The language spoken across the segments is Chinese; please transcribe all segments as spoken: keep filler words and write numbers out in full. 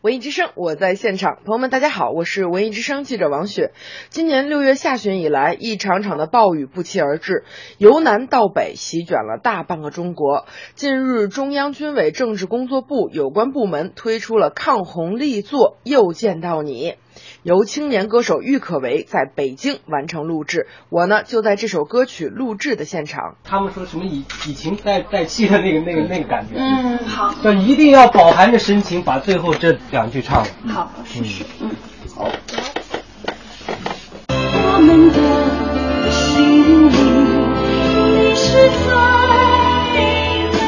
文艺之声，我在现场。朋友们大家好，我是文艺之声记者王雪。今年六月下旬以来，一场场的暴雨不期而至，由南到北席卷了大半个中国。近日，中央军委政治工作部有关部门推出了抗洪力作《又见到你》，由青年歌手郁可唯在北京完成录制。我呢就在这首歌曲录制的现场。 他们说什么以以情带带气的那个那个那个感觉， 嗯，好， 就一定要饱含着深情把最后这两句唱了。 好，试试，嗯， 好。 我们的心里，你是最美，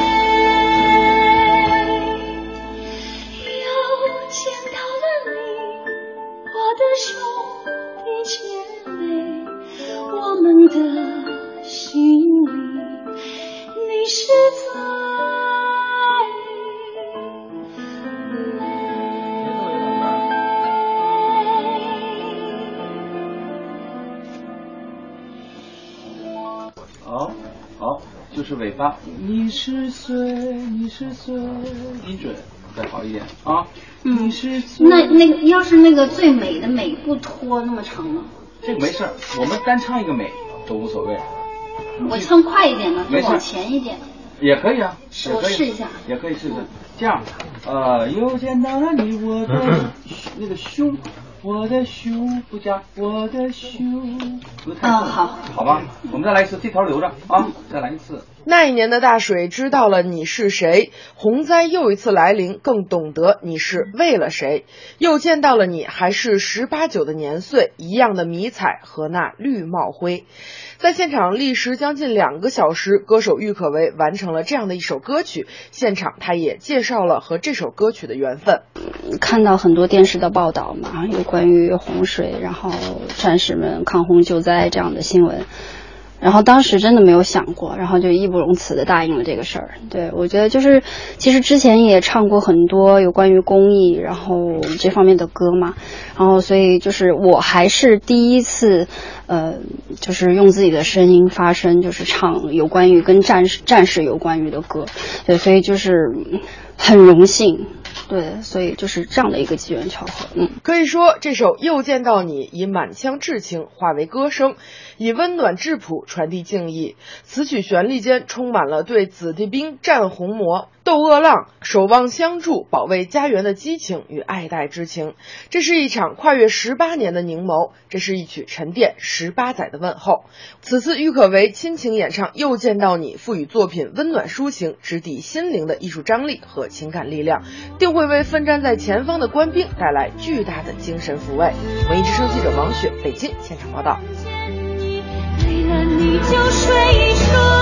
又见到了你，我的兄弟姐妹，我们的心里，你是最好，好，就是尾巴。你是谁？你是谁？音准再好一点啊。 嗯， 你是谁？ 那那个要是那个最美的美不拖那么长呢？ 这个没事，我们单唱一个美都无所谓。 我唱快一点呢，就没事往前一点。 也可以啊，也可以我试一下， 也可以试试。这样，呃，又见到了你，我的那个胸，我的胸不加，我的胸不太重， 嗯好好吧，我们再来一次，这条留着啊，再来一次。 那一年的大水知道了你是谁，洪灾又一次来临，更懂得你是为了谁。又见到了你，还是十八九的年岁，一样的迷彩和那绿帽徽。在现场历时将近两个小时，歌手郁可唯完成了这样的一首歌曲。现场他也介绍了和这首歌曲的缘分。 看到很多电视的报道嘛，有关于洪水，然后战士们抗洪救灾这样的新闻。然后当时真的没有想过，然后就义不容辞的答应了这个事儿。对，我觉得就是其实之前也唱过很多有关于公益然后这方面的歌嘛，然后所以就是我还是第一次呃就是用自己的声音发声，就是唱有关于跟战士战士有关于的歌。对，所以就是很荣幸。对，所以就是这样的一个机缘巧合。嗯， 可以说这首《又见到你》以满腔至情化为歌声，以温暖质朴传递敬意。词曲旋律间充满了对子弟兵战红魔、斗恶浪、守望相助、保卫家园的激情与爱戴之情。这是一场跨越十八年的凝眸，这是一曲沉淀十八载的问候。此次郁可唯亲情演唱《又见到你》，赋予作品温暖抒情、直抵心灵的艺术张力和情感力量，定会为奋战在前方的官兵带来巨大的精神抚慰。文艺之声记者王雪，北京现场报道。 为了你就睡一睡。